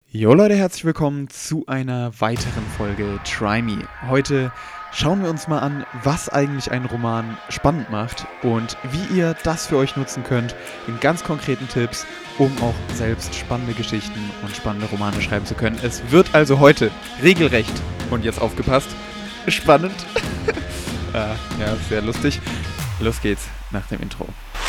Jo Leute, herzlich willkommen zu einer weiteren Folge Try Me. Heute schauen wir uns mal an, was eigentlich einen Roman spannend macht und wie ihr das für euch nutzen könnt in ganz konkreten Tipps, um auch selbst spannende Geschichten und spannende Romane schreiben zu können. Es wird also heute regelrecht, und jetzt aufgepasst, spannend. Ja, sehr lustig. Los geht's nach dem Intro.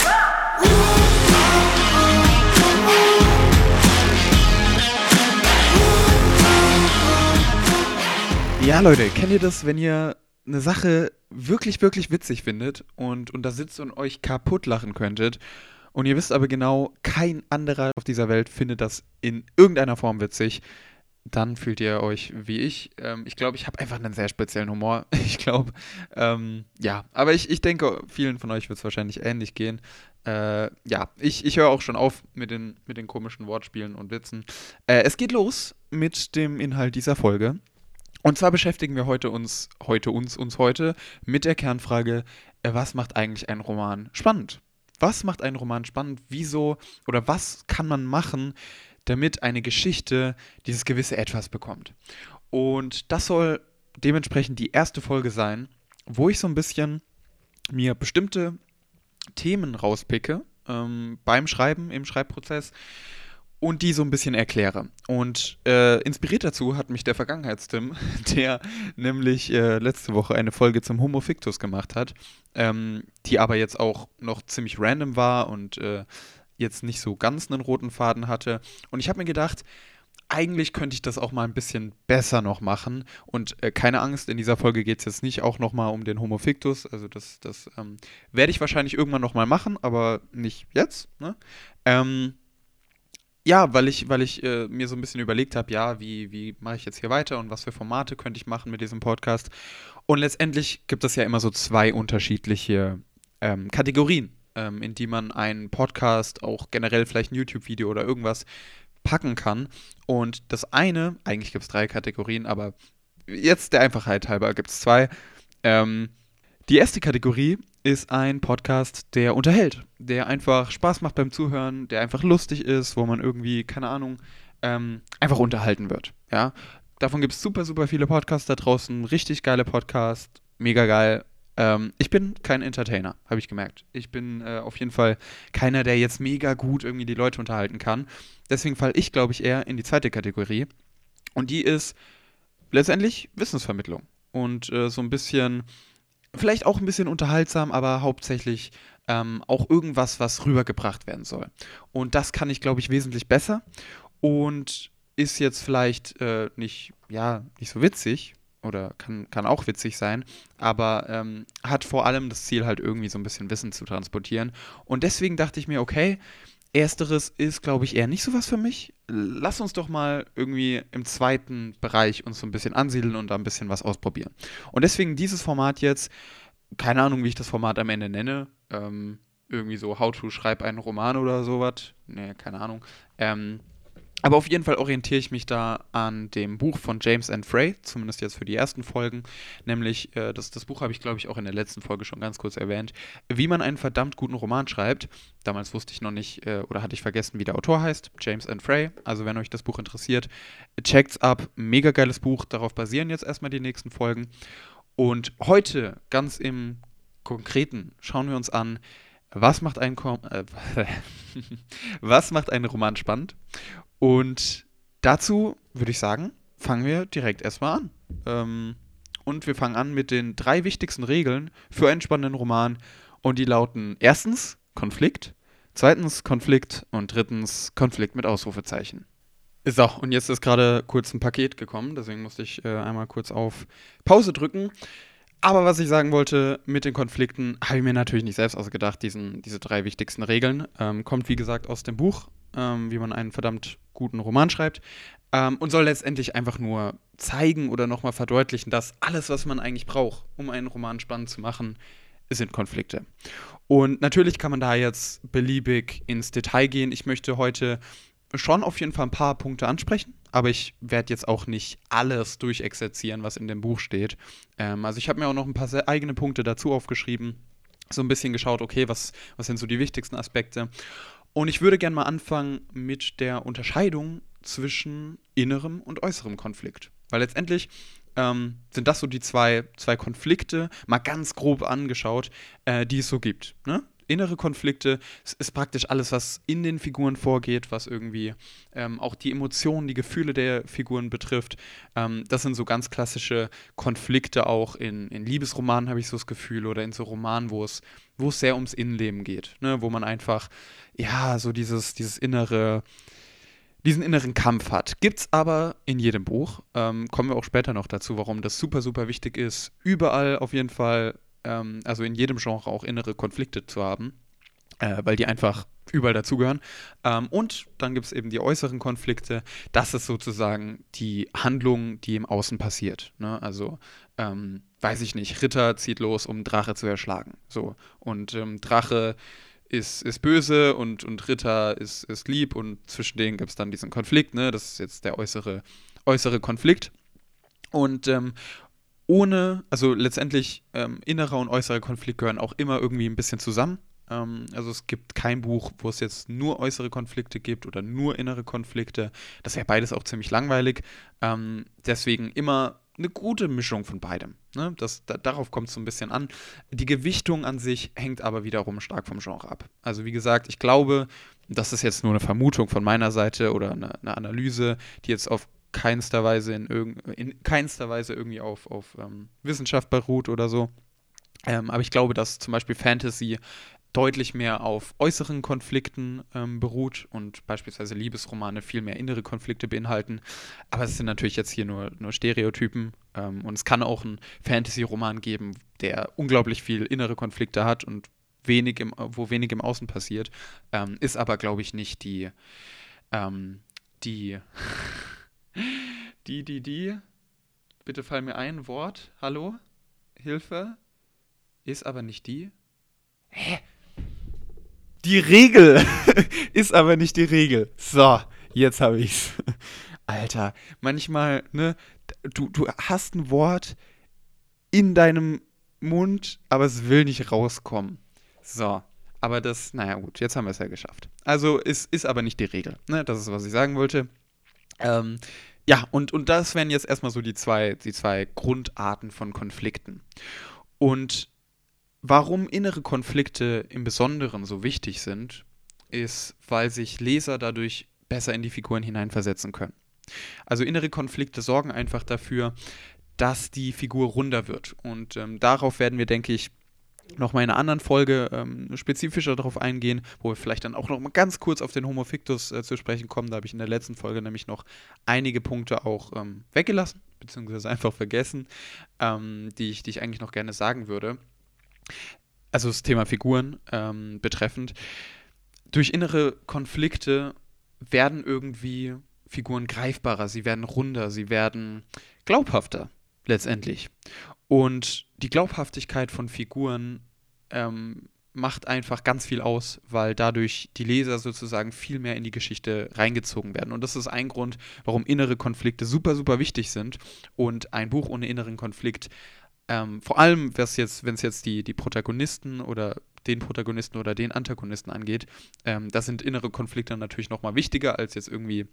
Ja, Leute, kennt ihr das, wenn ihr eine Sache wirklich, wirklich witzig findet und da sitzt und euch kaputt lachen könntet und ihr wisst aber genau, kein anderer auf dieser Welt findet das in irgendeiner Form witzig, dann fühlt ihr euch wie ich. Ich glaube, ich habe einfach einen sehr speziellen Humor. Ich glaube, ja, aber ich denke, vielen von euch wird es wahrscheinlich ähnlich gehen. Ja, ich höre auch schon auf mit den komischen Wortspielen und Witzen. Es geht los mit dem Inhalt dieser Folge. Und zwar beschäftigen wir uns heute mit der Kernfrage, was macht eigentlich einen Roman spannend? Was macht einen Roman spannend? Wieso oder was kann man machen, damit eine Geschichte dieses gewisse Etwas bekommt? Und das soll dementsprechend die erste Folge sein, wo ich so ein bisschen mir bestimmte Themen rauspicke beim Schreiben, im Schreibprozess und die so ein bisschen erkläre. Und inspiriert dazu hat mich der Vergangenheitstim, der nämlich letzte Woche eine Folge zum Homo Fictus gemacht hat, die aber jetzt auch noch ziemlich random war und jetzt nicht so ganz einen roten Faden hatte. Und ich habe mir gedacht, eigentlich könnte ich das auch mal ein bisschen besser noch machen. Und keine Angst, in dieser Folge geht es jetzt nicht auch nochmal um den Homo Fictus. Also das werde ich wahrscheinlich irgendwann nochmal machen, aber nicht jetzt. Ne? Ja, weil ich mir so ein bisschen überlegt habe, ja, wie mache ich jetzt hier weiter und was für Formate könnte ich machen mit diesem Podcast. Und letztendlich gibt es ja immer so zwei unterschiedliche Kategorien, in die man einen Podcast, auch generell vielleicht ein YouTube-Video oder irgendwas packen kann. Und das eine, eigentlich gibt es drei Kategorien, aber jetzt der Einfachheit halber gibt es zwei. Ähm, Die erste Kategorie ist ein Podcast, der unterhält, der einfach Spaß macht beim Zuhören, der einfach lustig ist, wo man irgendwie, keine Ahnung, einfach unterhalten wird. Ja? Davon gibt es super, super viele Podcasts da draußen, richtig geile Podcasts, mega geil. Ich bin kein Entertainer, habe ich gemerkt. Ich bin auf jeden Fall keiner, der jetzt mega gut irgendwie die Leute unterhalten kann. Deswegen falle ich, glaube ich, eher in die zweite Kategorie. Und die ist letztendlich Wissensvermittlung. Und so ein bisschen vielleicht auch ein bisschen unterhaltsam, aber hauptsächlich auch irgendwas, was rübergebracht werden soll. Und das kann ich, glaube ich, wesentlich besser und ist jetzt vielleicht nicht, ja, nicht so witzig oder kann auch witzig sein, aber hat vor allem das Ziel, halt irgendwie so ein bisschen Wissen zu transportieren. Und deswegen dachte ich mir, okay, ersteres ist, glaube ich, eher nicht so was für mich. Lass uns doch mal irgendwie im zweiten Bereich uns so ein bisschen ansiedeln und da ein bisschen was ausprobieren. Und deswegen dieses Format jetzt, keine Ahnung, wie ich das Format am Ende nenne. Irgendwie so How to schreib einen Roman oder sowas. Nee, keine Ahnung. Aber auf jeden Fall orientiere ich mich da an dem Buch von James and Frey, zumindest jetzt für die ersten Folgen. Nämlich, das Buch habe ich, glaube ich, auch in der letzten Folge schon ganz kurz erwähnt, wie man einen verdammt guten Roman schreibt. Damals wusste ich noch nicht, oder hatte ich vergessen, wie der Autor heißt, James and Frey. Also wenn euch das Buch interessiert, checkt's ab. Mega geiles Buch, darauf basieren jetzt erstmal die nächsten Folgen. Und heute, ganz im Konkreten, schauen wir uns an, was macht was macht einen Roman spannend? Und dazu würde ich sagen, fangen wir direkt erstmal an. Und wir fangen an mit den drei wichtigsten Regeln für einen spannenden Roman. Und die lauten erstens Konflikt, zweitens Konflikt und drittens Konflikt mit Ausrufezeichen. So, und jetzt ist gerade kurz ein Paket gekommen, deswegen musste ich einmal kurz auf Pause drücken. Aber was ich sagen wollte mit den Konflikten, habe ich mir natürlich nicht selbst ausgedacht, diese drei wichtigsten Regeln. Kommt, wie gesagt, aus dem Buch, wie man einen verdammt guten Roman schreibt. Und soll letztendlich einfach nur zeigen oder nochmal verdeutlichen, dass alles, was man eigentlich braucht, um einen Roman spannend zu machen, sind Konflikte. Und natürlich kann man da jetzt beliebig ins Detail gehen. Ich möchte heute schon auf jeden Fall ein paar Punkte ansprechen, aber ich werde jetzt auch nicht alles durchexerzieren, was in dem Buch steht. Also ich habe mir auch noch ein paar eigene Punkte dazu aufgeschrieben, so ein bisschen geschaut, okay, was sind so die wichtigsten Aspekte. Und ich würde gerne mal anfangen mit der Unterscheidung zwischen innerem und äußerem Konflikt. Weil letztendlich sind das so die zwei Konflikte, mal ganz grob angeschaut, die es so gibt. Ne? Innere Konflikte ist praktisch alles, was in den Figuren vorgeht, was irgendwie auch die Emotionen, die Gefühle der Figuren betrifft. Das sind so ganz klassische Konflikte auch in Liebesromanen, habe ich so das Gefühl, oder in so Romanen, wo es sehr ums Innenleben geht, ne? Wo man einfach, ja, so diesen inneren Kampf hat. Gibt's aber in jedem Buch. Kommen wir auch später noch dazu, warum das super, super wichtig ist, überall auf jeden Fall, also in jedem Genre auch innere Konflikte zu haben, weil die einfach überall dazugehören. Und dann gibt es eben die äußeren Konflikte. Das ist sozusagen die Handlung, die im Außen passiert. Ne? Also, weiß ich nicht, Ritter zieht los, um Drache zu erschlagen. So. Und Drache ist böse und Ritter ist lieb und zwischen denen gibt es dann diesen Konflikt. Ne? Das ist jetzt der äußere Konflikt. Und also letztendlich innerer und äußerer Konflikt gehören auch immer irgendwie ein bisschen zusammen. Also es gibt kein Buch, wo es jetzt nur äußere Konflikte gibt oder nur innere Konflikte. Das wäre beides auch ziemlich langweilig. Deswegen immer eine gute Mischung von beidem. Ne? Darauf kommt es so ein bisschen an. Die Gewichtung an sich hängt aber wiederum stark vom Genre ab. Also wie gesagt, ich glaube, das ist jetzt nur eine Vermutung von meiner Seite oder eine Analyse, die jetzt auf keinster Weise in keinster Weise irgendwie auf Wissenschaft beruht oder so. Aber ich glaube, dass zum Beispiel Fantasy deutlich mehr auf äußeren Konflikten beruht und beispielsweise Liebesromane viel mehr innere Konflikte beinhalten. Aber es sind natürlich jetzt hier nur Stereotypen. Und es kann auch einen Fantasy-Roman geben, der unglaublich viel innere Konflikte hat und wo wenig im Außen passiert. Ist aber, glaube ich, nicht ähm, die, die, bitte fall mir ein Wort, hallo, Hilfe, ist aber nicht die. Hä? Die Regel ist aber nicht die Regel. So, jetzt habe ich's. Alter, manchmal, ne, du hast ein Wort in deinem Mund, aber es will nicht rauskommen. So, aber naja gut, jetzt haben wir es ja geschafft. Also, es ist aber nicht die Regel, ne, das ist, was ich sagen wollte. Ähm, ja, und das wären jetzt erstmal so die zwei Grundarten von Konflikten. Und warum innere Konflikte im Besonderen so wichtig sind, ist, weil sich Leser dadurch besser in die Figuren hineinversetzen können. Also innere Konflikte sorgen einfach dafür, dass die Figur runder wird. Und darauf werden wir, denke ich, noch mal in einer anderen Folge spezifischer darauf eingehen, wo wir vielleicht dann auch noch mal ganz kurz auf den Homo fictus zu sprechen kommen. Da habe ich in der letzten Folge nämlich noch einige Punkte auch weggelassen, beziehungsweise einfach vergessen, die ich eigentlich noch gerne sagen würde. Also das Thema Figuren betreffend. Durch innere Konflikte werden irgendwie Figuren greifbarer, sie werden runder, sie werden glaubhafter letztendlich. Und die Glaubhaftigkeit von Figuren macht einfach ganz viel aus, weil dadurch die Leser sozusagen viel mehr in die Geschichte reingezogen werden. Und das ist ein Grund, warum innere Konflikte super, super wichtig sind. Und ein Buch ohne inneren Konflikt, vor allem, wenn es jetzt die Protagonisten oder den Protagonisten oder den Antagonisten angeht, da sind innere Konflikte natürlich nochmal wichtiger als jetzt irgendwie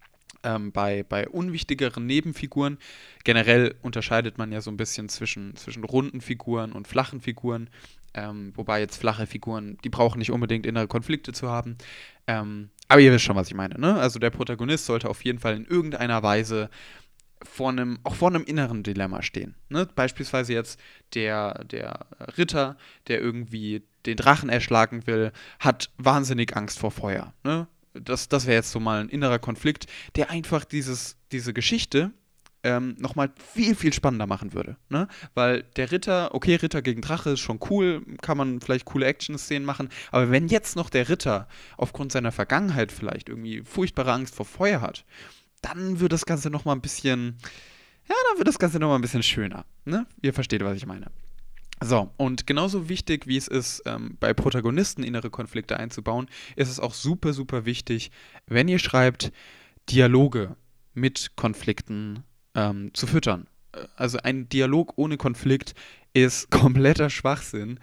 bei unwichtigeren Nebenfiguren. Generell unterscheidet man ja so ein bisschen zwischen runden Figuren und flachen Figuren, wobei jetzt flache Figuren, die brauchen nicht unbedingt innere Konflikte zu haben. Aber ihr wisst schon, was ich meine, ne? Also der Protagonist sollte auf jeden Fall in irgendeiner Weise auch vor einem inneren Dilemma stehen. Ne? Beispielsweise jetzt der Ritter, der irgendwie den Drachen erschlagen will, hat wahnsinnig Angst vor Feuer. Ne? Das wäre jetzt so mal ein innerer Konflikt, der einfach diese Geschichte nochmal viel, viel spannender machen würde. Ne? Weil der Ritter, okay, Ritter gegen Drache ist schon cool, kann man vielleicht coole Action-Szenen machen, aber wenn jetzt noch der Ritter aufgrund seiner Vergangenheit vielleicht irgendwie furchtbare Angst vor Feuer hat, dann wird das Ganze nochmal ein bisschen, ja, dann wird das Ganze nochmal ein bisschen schöner. Ne? Ihr versteht, was ich meine. So, und genauso wichtig, wie es ist, bei Protagonisten innere Konflikte einzubauen, ist es auch super, super wichtig, wenn ihr schreibt, Dialoge mit Konflikten zu füttern. Also ein Dialog ohne Konflikt ist kompletter Schwachsinn.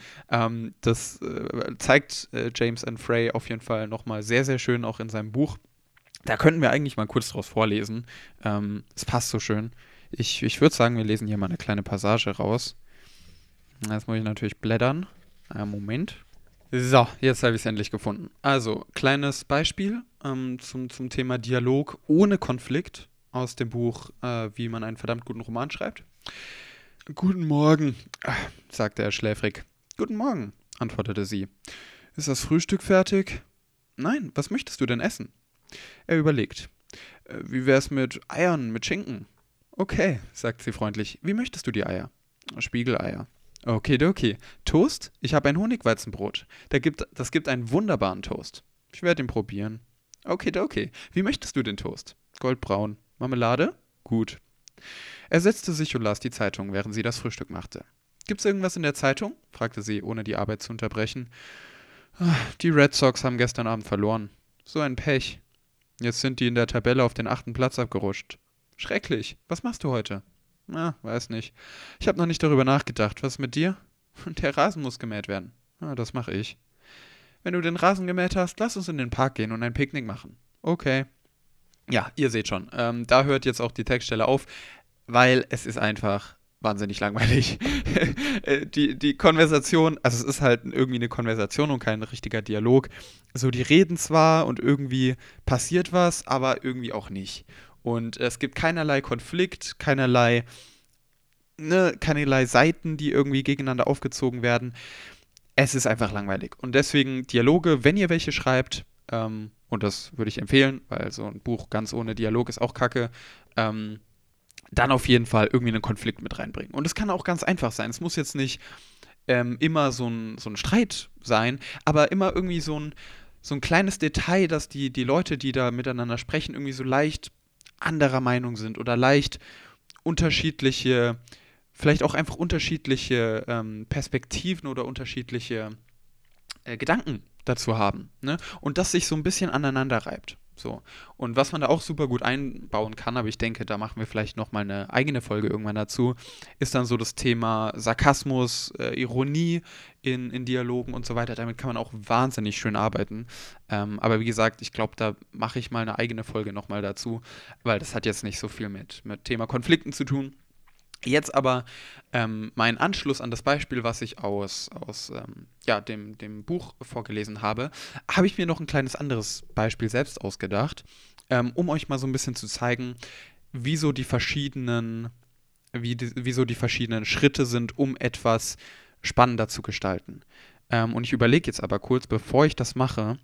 Das zeigt James N. Frey auf jeden Fall nochmal sehr, sehr schön auch in seinem Buch. Da könnten wir eigentlich mal kurz draus vorlesen. Es passt so schön. Ich würde sagen, wir lesen hier mal eine kleine Passage raus. Jetzt muss ich natürlich blättern. Moment. So, jetzt habe ich es endlich gefunden. Also, kleines Beispiel zum Thema Dialog ohne Konflikt aus dem Buch Wie man einen verdammt guten Roman schreibt. Guten Morgen, sagte er schläfrig. Guten Morgen, antwortete sie. Ist das Frühstück fertig? Nein, was möchtest du denn essen? Er überlegt. Wie wär's mit Eiern, mit Schinken? Okay, sagt sie freundlich. Wie möchtest du die Eier? Spiegeleier. Okay. Toast? Ich habe ein Honigweizenbrot. Das gibt einen wunderbaren Toast. Ich werde ihn probieren. Okay. Wie möchtest du den Toast? Goldbraun. Marmelade? Gut. Er setzte sich und las die Zeitung, während sie das Frühstück machte. Gibt's irgendwas in der Zeitung? Fragte sie, ohne die Arbeit zu unterbrechen. Die Red Sox haben gestern Abend verloren. So ein Pech. Jetzt sind die in der Tabelle auf den 8. Platz abgerutscht. Schrecklich. Was machst du heute? Na, weiß nicht. Ich habe noch nicht darüber nachgedacht. Was ist mit dir? Der Rasen muss gemäht werden. Das mache ich. Wenn du den Rasen gemäht hast, lass uns in den Park gehen und ein Picknick machen. Okay. Ja, ihr seht schon. Da hört jetzt auch die Textstelle auf, weil es ist einfach wahnsinnig langweilig. Die Konversation, also es ist halt irgendwie eine Konversation und kein richtiger Dialog. So, die reden zwar und irgendwie passiert was, aber irgendwie auch nicht. Und es gibt keinerlei Konflikt, keinerlei Seiten, die irgendwie gegeneinander aufgezogen werden. Es ist einfach langweilig. Und deswegen Dialoge, wenn ihr welche schreibt, und das würde ich empfehlen, weil so ein Buch ganz ohne Dialog ist auch kacke, ähm, dann auf jeden Fall irgendwie einen Konflikt mit reinbringen. Und es kann auch ganz einfach sein. Es muss jetzt nicht immer so ein Streit sein, aber immer irgendwie so ein kleines Detail, dass die Leute, die da miteinander sprechen, irgendwie so leicht anderer Meinung sind oder leicht unterschiedliche, vielleicht auch einfach unterschiedliche Perspektiven oder unterschiedliche Gedanken dazu haben. Ne? Und das sich so ein bisschen aneinander reibt. So. Und was man da auch super gut einbauen kann, aber ich denke, da machen wir vielleicht nochmal eine eigene Folge irgendwann dazu, ist dann so das Thema Sarkasmus, Ironie in Dialogen und so weiter. Damit kann man auch wahnsinnig schön arbeiten. Aber wie gesagt, ich glaube, da mache ich mal eine eigene Folge nochmal dazu, weil das hat jetzt nicht so viel mit Thema Konflikten zu tun. Jetzt aber mein Anschluss an das Beispiel, was ich aus dem Buch vorgelesen habe ich mir noch ein kleines anderes Beispiel selbst ausgedacht, um euch mal so ein bisschen zu zeigen, wieso die verschiedenen, wieso die verschiedenen Schritte sind, um etwas spannender zu gestalten. Und ich überlege jetzt aber kurz, bevor ich das mache,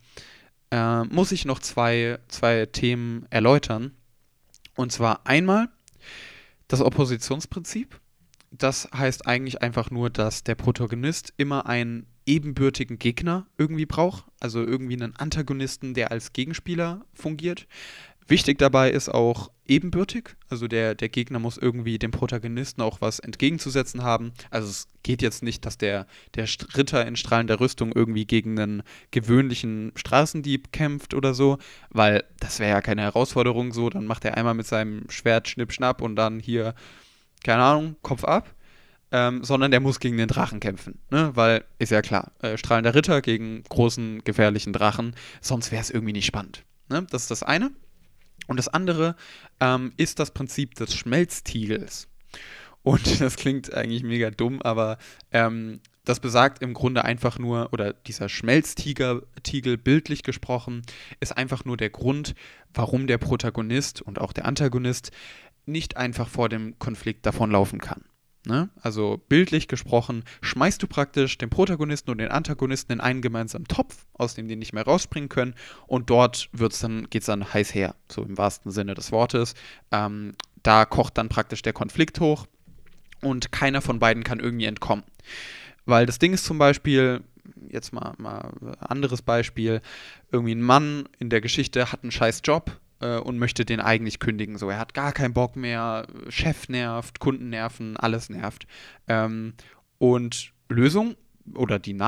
muss ich noch zwei Themen erläutern. Und zwar einmal das Oppositionsprinzip. Das heißt eigentlich einfach nur, dass der Protagonist immer einen ebenbürtigen Gegner irgendwie braucht, also irgendwie einen Antagonisten, der als Gegenspieler fungiert. Wichtig dabei ist auch ebenbürtig, also der Gegner muss irgendwie dem Protagonisten auch was entgegenzusetzen haben. Also es geht jetzt nicht, dass der Ritter in strahlender Rüstung irgendwie gegen einen gewöhnlichen Straßendieb kämpft oder so, weil das wäre ja keine Herausforderung so, dann macht er einmal mit seinem Schwert Schnipp, Schnapp und dann hier, keine Ahnung, Kopf ab, sondern der muss gegen den Drachen kämpfen, ne? Weil, ist ja klar, strahlender Ritter gegen großen, gefährlichen Drachen, sonst wäre es irgendwie nicht spannend. Ne? Das ist das eine. Und das andere ist das Prinzip des Schmelztiegels. Und das klingt eigentlich mega dumm, aber das besagt im Grunde einfach nur, oder dieser Schmelztiegel bildlich gesprochen, ist einfach nur der Grund, warum der Protagonist und auch der Antagonist nicht einfach vor dem Konflikt davonlaufen kann. Ne? Also bildlich gesprochen, schmeißt du praktisch den Protagonisten und den Antagonisten in einen gemeinsamen Topf, aus dem die nicht mehr rausspringen können, und dort geht es dann heiß her, so im wahrsten Sinne des Wortes. Da kocht dann praktisch der Konflikt hoch und keiner von beiden kann irgendwie entkommen. Weil das Ding ist zum Beispiel, jetzt mal anderes Beispiel, irgendwie ein Mann in der Geschichte hat einen scheiß Job und möchte den eigentlich kündigen. So, er hat gar keinen Bock mehr, Chef nervt, Kunden nerven, alles nervt. Und Lösung oder die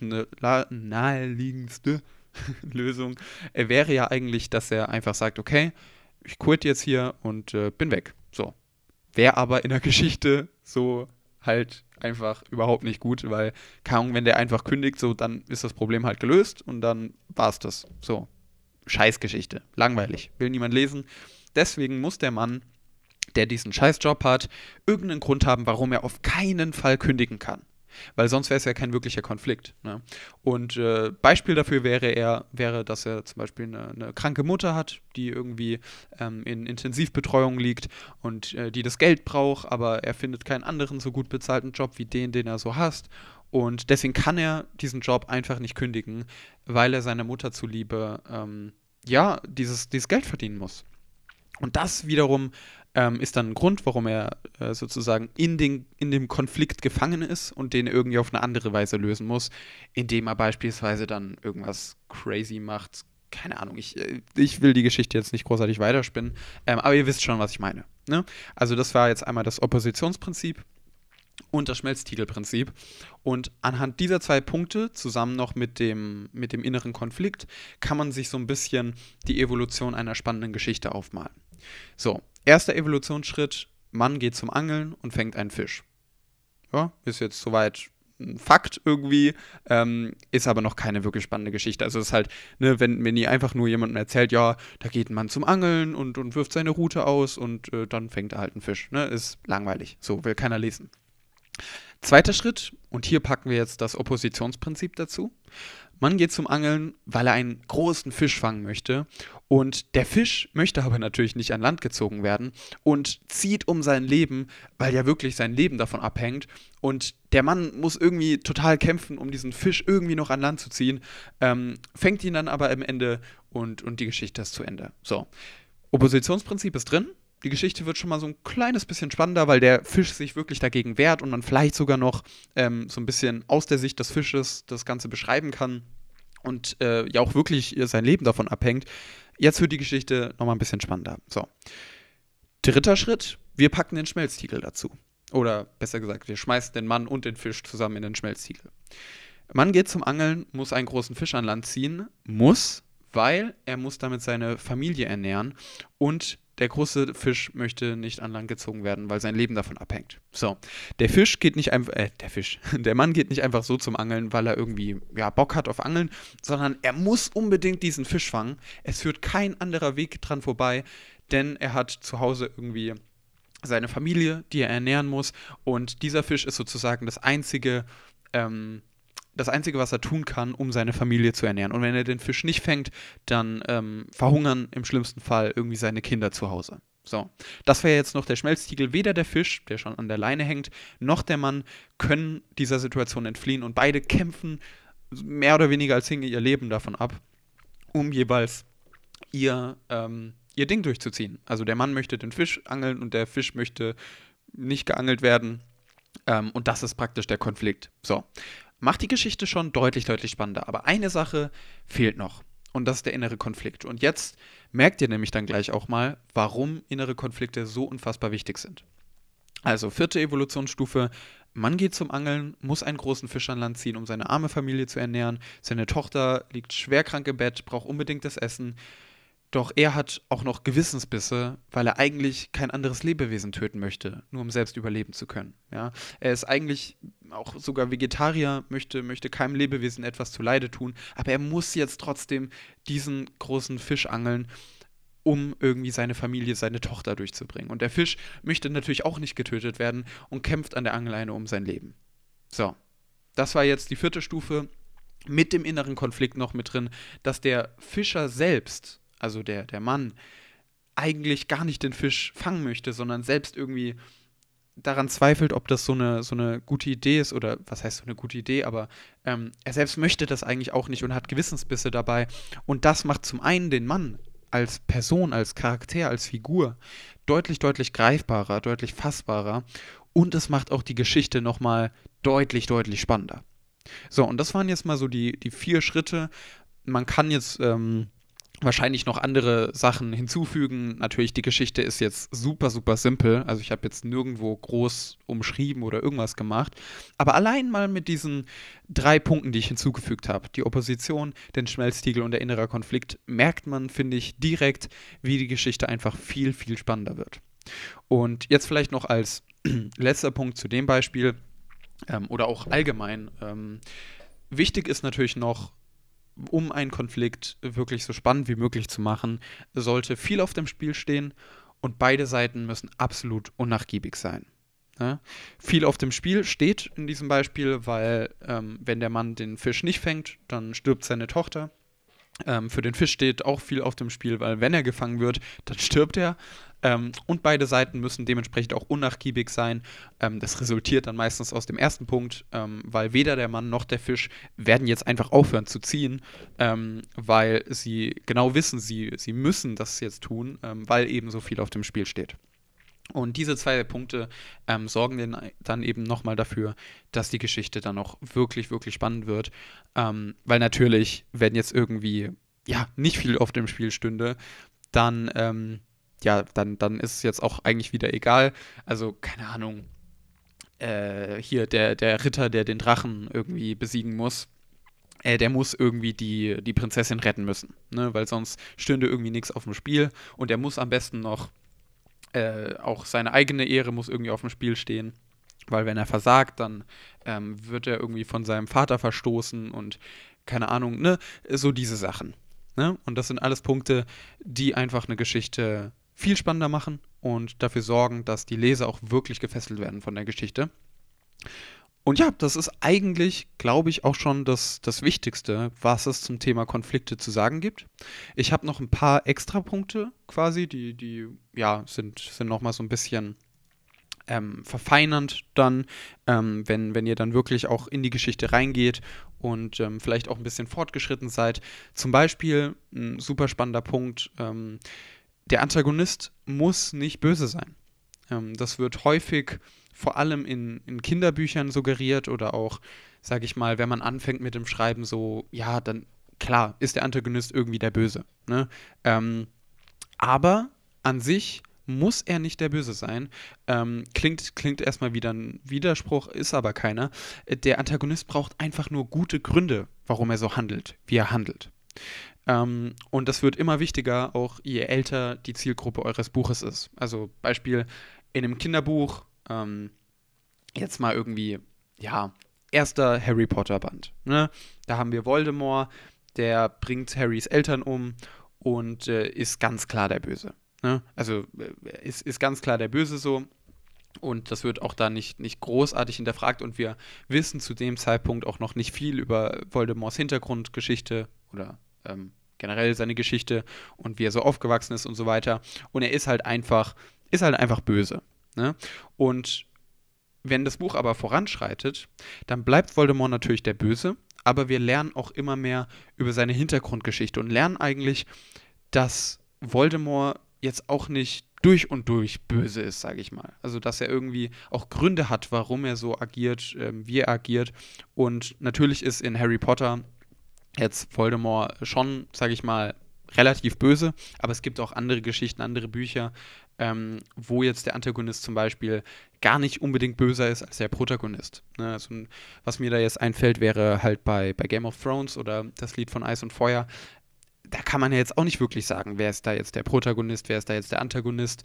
naheliegendste Lösung wäre ja eigentlich, dass er einfach sagt, okay, ich quit jetzt hier und bin weg. So. Wäre aber in der Geschichte so halt einfach überhaupt nicht gut, weil, keine Ahnung, wenn der einfach kündigt, so, dann ist das Problem halt gelöst und dann war es das. So. Scheißgeschichte. Langweilig. Will niemand lesen. Deswegen muss der Mann, der diesen Scheißjob hat, irgendeinen Grund haben, warum er auf keinen Fall kündigen kann. Weil sonst wäre es ja kein wirklicher Konflikt. Ne? Und Beispiel dafür wäre, dass er zum Beispiel eine kranke Mutter hat, die irgendwie in Intensivbetreuung liegt und die das Geld braucht, aber er findet keinen anderen so gut bezahlten Job wie den er so hasst. Und deswegen kann er diesen Job einfach nicht kündigen, weil er seiner Mutter zuliebe dieses Geld verdienen muss. Und das wiederum ist dann ein Grund, warum er sozusagen in dem Konflikt gefangen ist und den irgendwie auf eine andere Weise lösen muss, indem er beispielsweise dann irgendwas crazy macht. Keine Ahnung, ich will die Geschichte jetzt nicht großartig weiterspinnen, aber ihr wisst schon, was ich meine. Ne? Also das war jetzt einmal das Oppositionsprinzip und das Schmelztiegelprinzip. Und anhand dieser 2 Punkte, zusammen noch mit dem inneren Konflikt, kann man sich so ein bisschen die Evolution einer spannenden Geschichte aufmalen. So, erster Evolutionsschritt, Mann geht zum Angeln und fängt einen Fisch. Ja, ist jetzt soweit ein Fakt irgendwie, ist aber noch keine wirklich spannende Geschichte. Also es ist halt, ne, wenn ihr einfach nur jemandem erzählt, ja, da geht ein Mann zum Angeln und wirft seine Rute aus und dann fängt er halt einen Fisch. Ne, ist langweilig. So, will keiner lesen. Zweiter Schritt, und hier packen wir jetzt das Oppositionsprinzip dazu. Man geht zum Angeln, weil er einen großen Fisch fangen möchte. Und der Fisch möchte aber natürlich nicht an Land gezogen werden und zieht um sein Leben, weil ja wirklich sein Leben davon abhängt. Und der Mann muss irgendwie total kämpfen, um diesen Fisch irgendwie noch an Land zu ziehen, fängt ihn dann aber am Ende und die Geschichte ist zu Ende. So, Oppositionsprinzip ist drin. Die Geschichte wird schon mal so ein kleines bisschen spannender, weil der Fisch sich wirklich dagegen wehrt und man vielleicht sogar noch so ein bisschen aus der Sicht des Fisches das Ganze beschreiben kann und ja auch wirklich sein Leben davon abhängt. Jetzt wird die Geschichte nochmal ein bisschen spannender. So. Dritter Schritt, wir packen den Schmelztiegel dazu. Oder besser gesagt, wir schmeißen den Mann und den Fisch zusammen in den Schmelztiegel. Mann geht zum Angeln, muss einen großen Fisch an Land ziehen, weil er muss damit seine Familie ernähren und der große Fisch möchte nicht an Land gezogen werden, weil sein Leben davon abhängt. So, der Mann geht nicht einfach so zum Angeln, weil er irgendwie Bock hat auf Angeln, sondern er muss unbedingt diesen Fisch fangen. Es führt kein anderer Weg dran vorbei, denn er hat zu Hause irgendwie seine Familie, die er ernähren muss und dieser Fisch ist sozusagen das Einzige, was er tun kann, um seine Familie zu ernähren. Und wenn er den Fisch nicht fängt, dann verhungern im schlimmsten Fall irgendwie seine Kinder zu Hause. So, das wäre jetzt noch der Schmelztiegel. Weder der Fisch, der schon an der Leine hängt, noch der Mann können dieser Situation entfliehen und beide kämpfen mehr oder weniger als hinge ihr Leben davon ab, um jeweils ihr Ding durchzuziehen. Also der Mann möchte den Fisch angeln und der Fisch möchte nicht geangelt werden. Und das ist praktisch der Konflikt. So. Macht die Geschichte schon deutlich, deutlich spannender. Aber eine Sache fehlt noch. Und das ist der innere Konflikt. Und jetzt merkt ihr nämlich dann gleich auch mal, warum innere Konflikte so unfassbar wichtig sind. Also 4. Evolutionsstufe. Mann geht zum Angeln, muss einen großen Fisch an Land ziehen, um seine arme Familie zu ernähren. Seine Tochter liegt schwerkrank im Bett, braucht unbedingt das Essen. Doch er hat auch noch Gewissensbisse, weil er eigentlich kein anderes Lebewesen töten möchte, nur um selbst überleben zu können. Ja? Er ist eigentlich auch sogar Vegetarier, möchte keinem Lebewesen etwas zuleide tun, aber er muss jetzt trotzdem diesen großen Fisch angeln, um irgendwie seine Familie, seine Tochter durchzubringen. Und der Fisch möchte natürlich auch nicht getötet werden und kämpft an der Angeleine um sein Leben. So, das war jetzt die 4. Stufe mit dem inneren Konflikt noch mit drin, dass der Fischer selbst, also der Mann, eigentlich gar nicht den Fisch fangen möchte, sondern selbst irgendwie daran zweifelt, ob das so eine gute Idee ist oder was heißt so eine gute Idee, aber er selbst möchte das eigentlich auch nicht und hat Gewissensbisse dabei. Und das macht zum einen den Mann als Person, als Charakter, als Figur deutlich, deutlich greifbarer, deutlich fassbarer und es macht auch die Geschichte nochmal deutlich, deutlich spannender. So, und das waren jetzt mal so die 4 Schritte. Man kann jetzt wahrscheinlich noch andere Sachen hinzufügen. Natürlich, die Geschichte ist jetzt super, super simpel. Also ich habe jetzt nirgendwo groß umschrieben oder irgendwas gemacht. Aber allein mal mit diesen 3 Punkten, die ich hinzugefügt habe, die Opposition, den Schmelztiegel und der innere Konflikt, merkt man, finde ich, direkt, wie die Geschichte einfach viel, viel spannender wird. Und jetzt vielleicht noch als letzter Punkt zu dem Beispiel oder auch allgemein. Wichtig ist natürlich noch, um einen Konflikt wirklich so spannend wie möglich zu machen, sollte viel auf dem Spiel stehen und beide Seiten müssen absolut unnachgiebig sein. Ja? Viel auf dem Spiel steht in diesem Beispiel, weil wenn der Mann den Fisch nicht fängt, dann stirbt seine Tochter. Für den Fisch steht auch viel auf dem Spiel, weil wenn er gefangen wird, dann stirbt er. Und beide Seiten müssen dementsprechend auch unnachgiebig sein. Das resultiert dann meistens aus dem ersten Punkt, weil weder der Mann noch der Fisch werden jetzt einfach aufhören zu ziehen, weil sie genau wissen, sie müssen das jetzt tun, weil eben so viel auf dem Spiel steht. Und diese zwei Punkte sorgen dann eben nochmal dafür, dass die Geschichte dann auch wirklich, wirklich spannend wird. Weil natürlich, wenn jetzt irgendwie ja nicht viel auf dem Spiel stünde, dann, dann ist es jetzt auch eigentlich wieder egal. Also, keine Ahnung, hier der Ritter, der den Drachen irgendwie besiegen muss. Der muss irgendwie die Prinzessin retten müssen, ne? Weil sonst stünde irgendwie nichts auf dem Spiel und er muss am besten noch auch seine eigene Ehre muss irgendwie auf dem Spiel stehen, weil wenn er versagt, dann wird er irgendwie von seinem Vater verstoßen und keine Ahnung, ne, so diese Sachen. Ne? Und das sind alles Punkte, die einfach eine Geschichte viel spannender machen und dafür sorgen, dass die Leser auch wirklich gefesselt werden von der Geschichte. Und ja, das ist eigentlich, glaube ich, auch schon das Wichtigste, was es zum Thema Konflikte zu sagen gibt. Ich habe noch ein paar Extrapunkte quasi, die ja, sind nochmal so ein bisschen verfeinernd dann, wenn ihr dann wirklich auch in die Geschichte reingeht und vielleicht auch ein bisschen fortgeschritten seid. Zum Beispiel, ein super spannender Punkt, der Antagonist muss nicht böse sein. Das wird häufig vor allem in Kinderbüchern suggeriert oder auch, sage ich mal, wenn man anfängt mit dem Schreiben so, ja, dann klar ist der Antagonist irgendwie der Böse. Ne? Aber an sich muss er nicht der Böse sein. Klingt erstmal wieder ein Widerspruch, ist aber keiner. Der Antagonist braucht einfach nur gute Gründe, warum er so handelt, wie er handelt. Und das wird immer wichtiger, auch je älter die Zielgruppe eures Buches ist. Also Beispiel in einem Kinderbuch, jetzt mal irgendwie, ja, erster Harry Potter Band. Ne? Da haben wir Voldemort, der bringt Harrys Eltern um und ist ganz klar der Böse. Ne? Also ist ganz klar der Böse so. Und das wird auch da nicht großartig hinterfragt. Und wir wissen zu dem Zeitpunkt auch noch nicht viel über Voldemorts Hintergrundgeschichte oder generell seine Geschichte und wie er so aufgewachsen ist und so weiter. Und er ist halt einfach böse. Ne? Und wenn das Buch aber voranschreitet, dann bleibt Voldemort natürlich der Böse, aber wir lernen auch immer mehr über seine Hintergrundgeschichte und lernen eigentlich, dass Voldemort jetzt auch nicht durch und durch böse ist, sage ich mal. Also, dass er irgendwie auch Gründe hat, warum er so agiert, wie er agiert. Und natürlich ist in Harry Potter jetzt Voldemort schon, sage ich mal, relativ böse, aber es gibt auch andere Geschichten, andere Bücher, wo jetzt der Antagonist zum Beispiel gar nicht unbedingt böser ist als der Protagonist. Ne? Also, was mir da jetzt einfällt, wäre halt bei Game of Thrones oder das Lied von Eis und Feuer. Da kann man ja jetzt auch nicht wirklich sagen, wer ist da jetzt der Protagonist, wer ist da jetzt der Antagonist.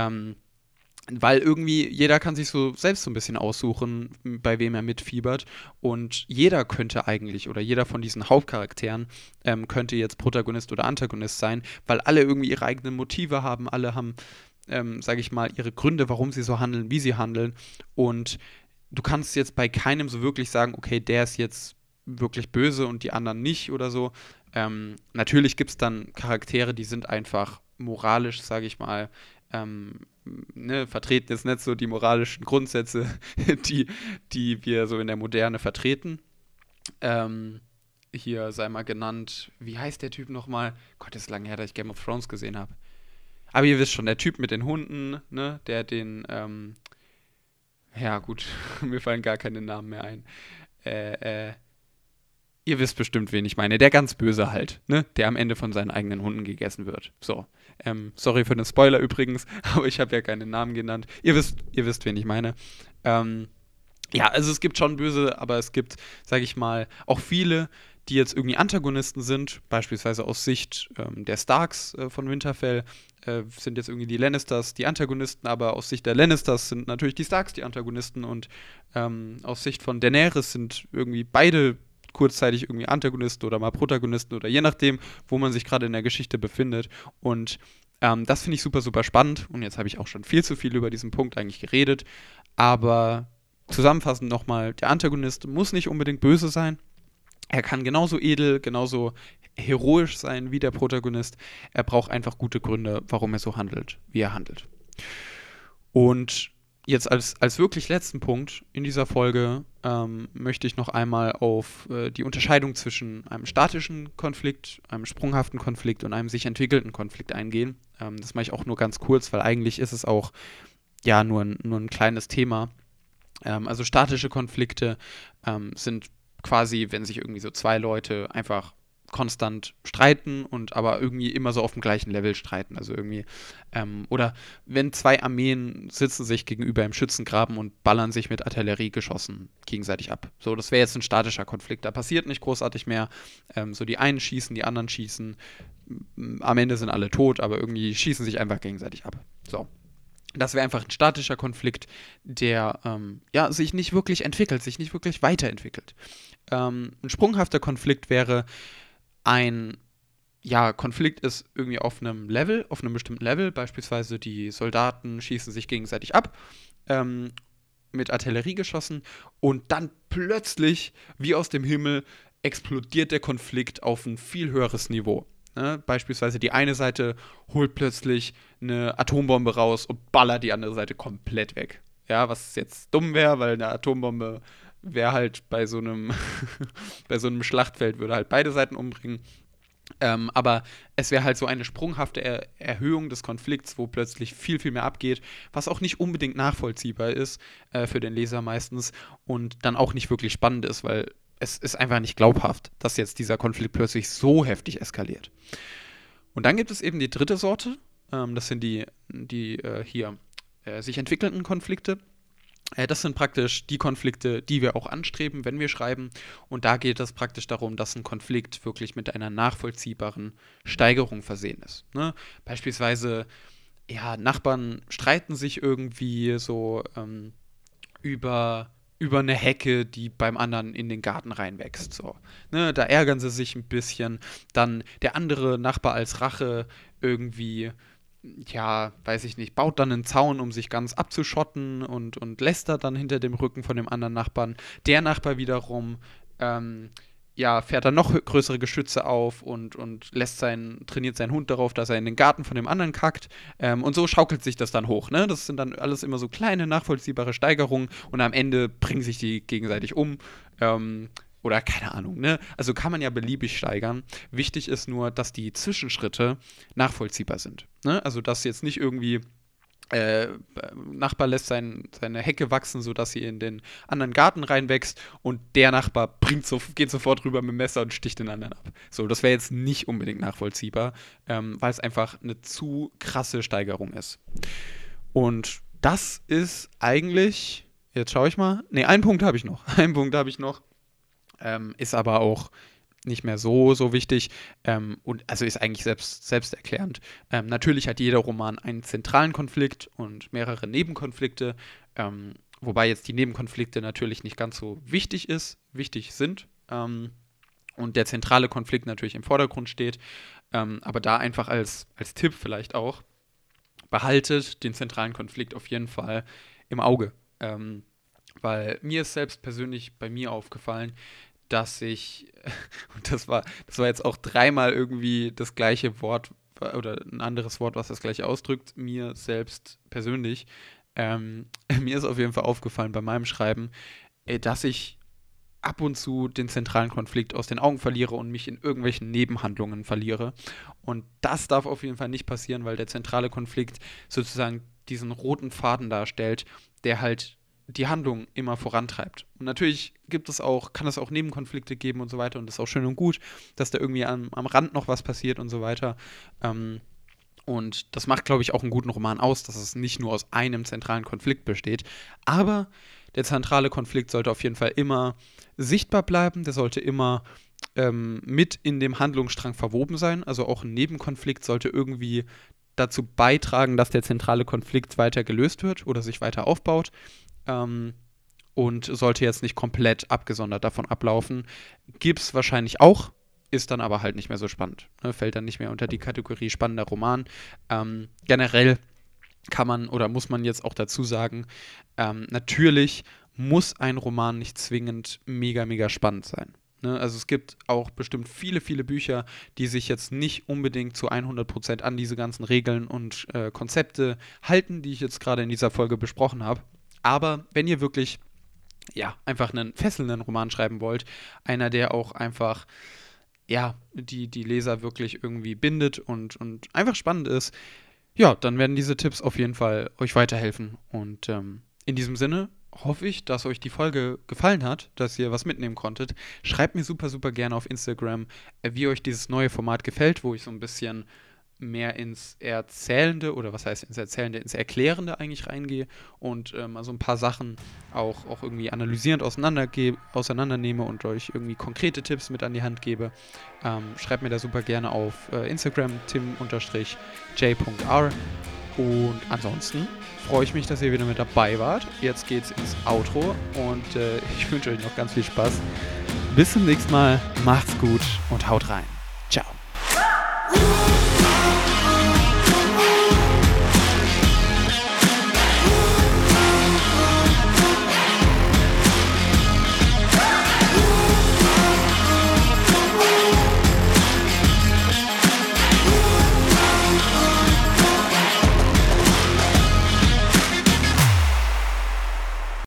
Weil irgendwie jeder kann sich so selbst so ein bisschen aussuchen, bei wem er mitfiebert. Und jeder könnte eigentlich, oder jeder von diesen Hauptcharakteren könnte jetzt Protagonist oder Antagonist sein, weil alle irgendwie ihre eigenen Motive haben, alle haben, sage ich mal, ihre Gründe, warum sie so handeln, wie sie handeln. Und du kannst jetzt bei keinem so wirklich sagen, okay, der ist jetzt wirklich böse und die anderen nicht oder so. Natürlich gibt es dann Charaktere, die sind einfach moralisch, sage ich mal, vertreten jetzt nicht so die moralischen Grundsätze, die wir so in der Moderne vertreten. Hier sei mal genannt, wie heißt der Typ nochmal? Gott, ist lange her, dass ich Game of Thrones gesehen habe. Aber ihr wisst schon, der Typ mit den Hunden, ne, der den, ja gut, mir fallen gar keine Namen mehr ein. Ihr wisst bestimmt, wen ich meine. Der ganz Böse halt, ne? Der am Ende von seinen eigenen Hunden gegessen wird. So. Sorry für den Spoiler übrigens, aber ich habe ja keinen Namen genannt. Ihr wisst, wen ich meine. Ja, also es gibt schon Böse, aber es gibt, sage ich mal, auch viele, die jetzt irgendwie Antagonisten sind, beispielsweise aus Sicht der Starks von Winterfell, sind jetzt irgendwie die Lannisters die Antagonisten, aber aus Sicht der Lannisters sind natürlich die Starks die Antagonisten und aus Sicht von Daenerys sind irgendwie beide kurzzeitig irgendwie Antagonisten oder mal Protagonisten oder je nachdem, wo man sich gerade in der Geschichte befindet. Und das finde ich super, super spannend. Und jetzt habe ich auch schon viel zu viel über diesen Punkt eigentlich geredet. Aber zusammenfassend nochmal, der Antagonist muss nicht unbedingt böse sein. Er kann genauso edel, genauso heroisch sein wie der Protagonist. Er braucht einfach gute Gründe, warum er so handelt, wie er handelt. Und jetzt als wirklich letzten Punkt in dieser Folge möchte ich noch einmal auf die Unterscheidung zwischen einem statischen Konflikt, einem sprunghaften Konflikt und einem sich entwickelnden Konflikt eingehen. Das mache ich auch nur ganz kurz, weil eigentlich ist es auch ja nur ein kleines Thema. Also statische Konflikte sind quasi, wenn sich irgendwie so zwei Leute einfach konstant streiten und aber irgendwie immer so auf dem gleichen Level streiten. Also irgendwie, oder wenn zwei Armeen sitzen sich gegenüber im Schützengraben und ballern sich mit Artilleriegeschossen gegenseitig ab. So, das wäre jetzt ein statischer Konflikt. Da passiert nicht großartig mehr. So, die einen schießen, die anderen schießen. Am Ende sind alle tot, aber irgendwie schießen sich einfach gegenseitig ab. So. Das wäre einfach ein statischer Konflikt, der sich nicht wirklich entwickelt, sich nicht wirklich weiterentwickelt. Ein sprunghafter Konflikt wäre Konflikt ist irgendwie auf einem Level, auf einem bestimmten Level, beispielsweise die Soldaten schießen sich gegenseitig ab, mit Artilleriegeschossen und dann plötzlich, wie aus dem Himmel, explodiert der Konflikt auf ein viel höheres Niveau. Ne? Beispielsweise die eine Seite holt plötzlich eine Atombombe raus und ballert die andere Seite komplett weg. Ja, was jetzt dumm wäre, weil eine Atombombe wäre halt bei so einem bei so einem Schlachtfeld, würde halt beide Seiten umbringen. Aber es wäre halt so eine sprunghafte Erhöhung des Konflikts, wo plötzlich viel, viel mehr abgeht, was auch nicht unbedingt nachvollziehbar ist für den Leser meistens und dann auch nicht wirklich spannend ist, weil es ist einfach nicht glaubhaft, dass jetzt dieser Konflikt plötzlich so heftig eskaliert. Und dann gibt es eben die dritte Sorte, das sind die sich entwickelnden Konflikte. Das sind praktisch die Konflikte, die wir auch anstreben, wenn wir schreiben. Und da geht es praktisch darum, dass ein Konflikt wirklich mit einer nachvollziehbaren Steigerung versehen ist. Ne? Beispielsweise, ja, Nachbarn streiten sich irgendwie so über eine Hecke, die beim anderen in den Garten reinwächst. So. Ne? Da ärgern sie sich ein bisschen. Dann der andere Nachbar als Rache irgendwie, ja, weiß ich nicht, baut dann einen Zaun, um sich ganz abzuschotten und lästert dann hinter dem Rücken von dem anderen Nachbarn. Der Nachbar wiederum, fährt dann noch größere Geschütze auf und trainiert seinen Hund darauf, dass er in den Garten von dem anderen kackt. Und so schaukelt sich das dann hoch. Ne? Das sind dann alles immer so kleine, nachvollziehbare Steigerungen und am Ende bringen sich die gegenseitig um. Oder keine Ahnung, ne? Also kann man ja beliebig steigern. Wichtig ist nur, dass die Zwischenschritte nachvollziehbar sind. Ne? Also, dass jetzt nicht irgendwie Nachbar lässt seine Hecke wachsen, sodass sie in den anderen Garten reinwächst und der Nachbar geht sofort rüber mit dem Messer und sticht den anderen ab. So, das wäre jetzt nicht unbedingt nachvollziehbar, weil es einfach eine zu krasse Steigerung ist. Und das ist eigentlich, jetzt schaue ich mal, einen Punkt habe ich noch. Einen Punkt habe ich noch. Ist aber auch nicht mehr so wichtig und also ist eigentlich selbsterklärend. Natürlich hat jeder Roman einen zentralen Konflikt und mehrere Nebenkonflikte, wobei jetzt die Nebenkonflikte natürlich nicht ganz so wichtig sind und der zentrale Konflikt natürlich im Vordergrund steht, aber da einfach als Tipp vielleicht auch, behaltet den zentralen Konflikt auf jeden Fall im Auge. Weil mir ist selbst persönlich bei mir aufgefallen, dass und das war jetzt auch dreimal irgendwie das gleiche Wort oder ein anderes Wort, was das gleiche ausdrückt, mir selbst persönlich. Mir ist auf jeden Fall aufgefallen bei meinem Schreiben, dass ich ab und zu den zentralen Konflikt aus den Augen verliere und mich in irgendwelchen Nebenhandlungen verliere. Und das darf auf jeden Fall nicht passieren, weil der zentrale Konflikt sozusagen diesen roten Faden darstellt, der halt die Handlung immer vorantreibt. Und natürlich kann es auch Nebenkonflikte geben und so weiter und das ist auch schön und gut, dass da irgendwie am Rand noch was passiert und so weiter. Und das macht, glaube ich, auch einen guten Roman aus, dass es nicht nur aus einem zentralen Konflikt besteht. Aber der zentrale Konflikt sollte auf jeden Fall immer sichtbar bleiben, der sollte immer mit in dem Handlungsstrang verwoben sein. Also auch ein Nebenkonflikt sollte irgendwie dazu beitragen, dass der zentrale Konflikt weiter gelöst wird oder sich weiter aufbaut. und sollte jetzt nicht komplett abgesondert davon ablaufen. Gibt es wahrscheinlich auch, ist dann aber halt nicht mehr so spannend. Ne? Fällt dann nicht mehr unter die Kategorie spannender Roman. Generell kann man oder muss man jetzt auch dazu sagen, natürlich muss ein Roman nicht zwingend mega, mega spannend sein. Ne? Also es gibt auch bestimmt viele, viele Bücher, die sich jetzt nicht unbedingt zu 100% an diese ganzen Regeln und Konzepte halten, die ich jetzt gerade in dieser Folge besprochen habe. Aber wenn ihr wirklich einfach einen fesselnden Roman schreiben wollt, einer, der auch einfach die Leser wirklich irgendwie bindet und einfach spannend ist, ja, dann werden diese Tipps auf jeden Fall euch weiterhelfen. Und in diesem Sinne hoffe ich, dass euch die Folge gefallen hat, dass ihr was mitnehmen konntet. Schreibt mir super, super gerne auf Instagram, wie euch dieses neue Format gefällt, wo ich so ein bisschen mehr ins Erzählende oder was heißt ins Erzählende, ins Erklärende eigentlich reingehe und mal so ein paar Sachen auch irgendwie analysierend auseinandernehme und euch irgendwie konkrete Tipps mit an die Hand gebe. Schreibt mir da super gerne auf Instagram tim_j.r und ansonsten freue ich mich, dass ihr wieder mit dabei wart. Jetzt geht's ins Outro und ich wünsche euch noch ganz viel Spaß. Bis zum nächsten Mal, macht's gut und haut rein. Ciao.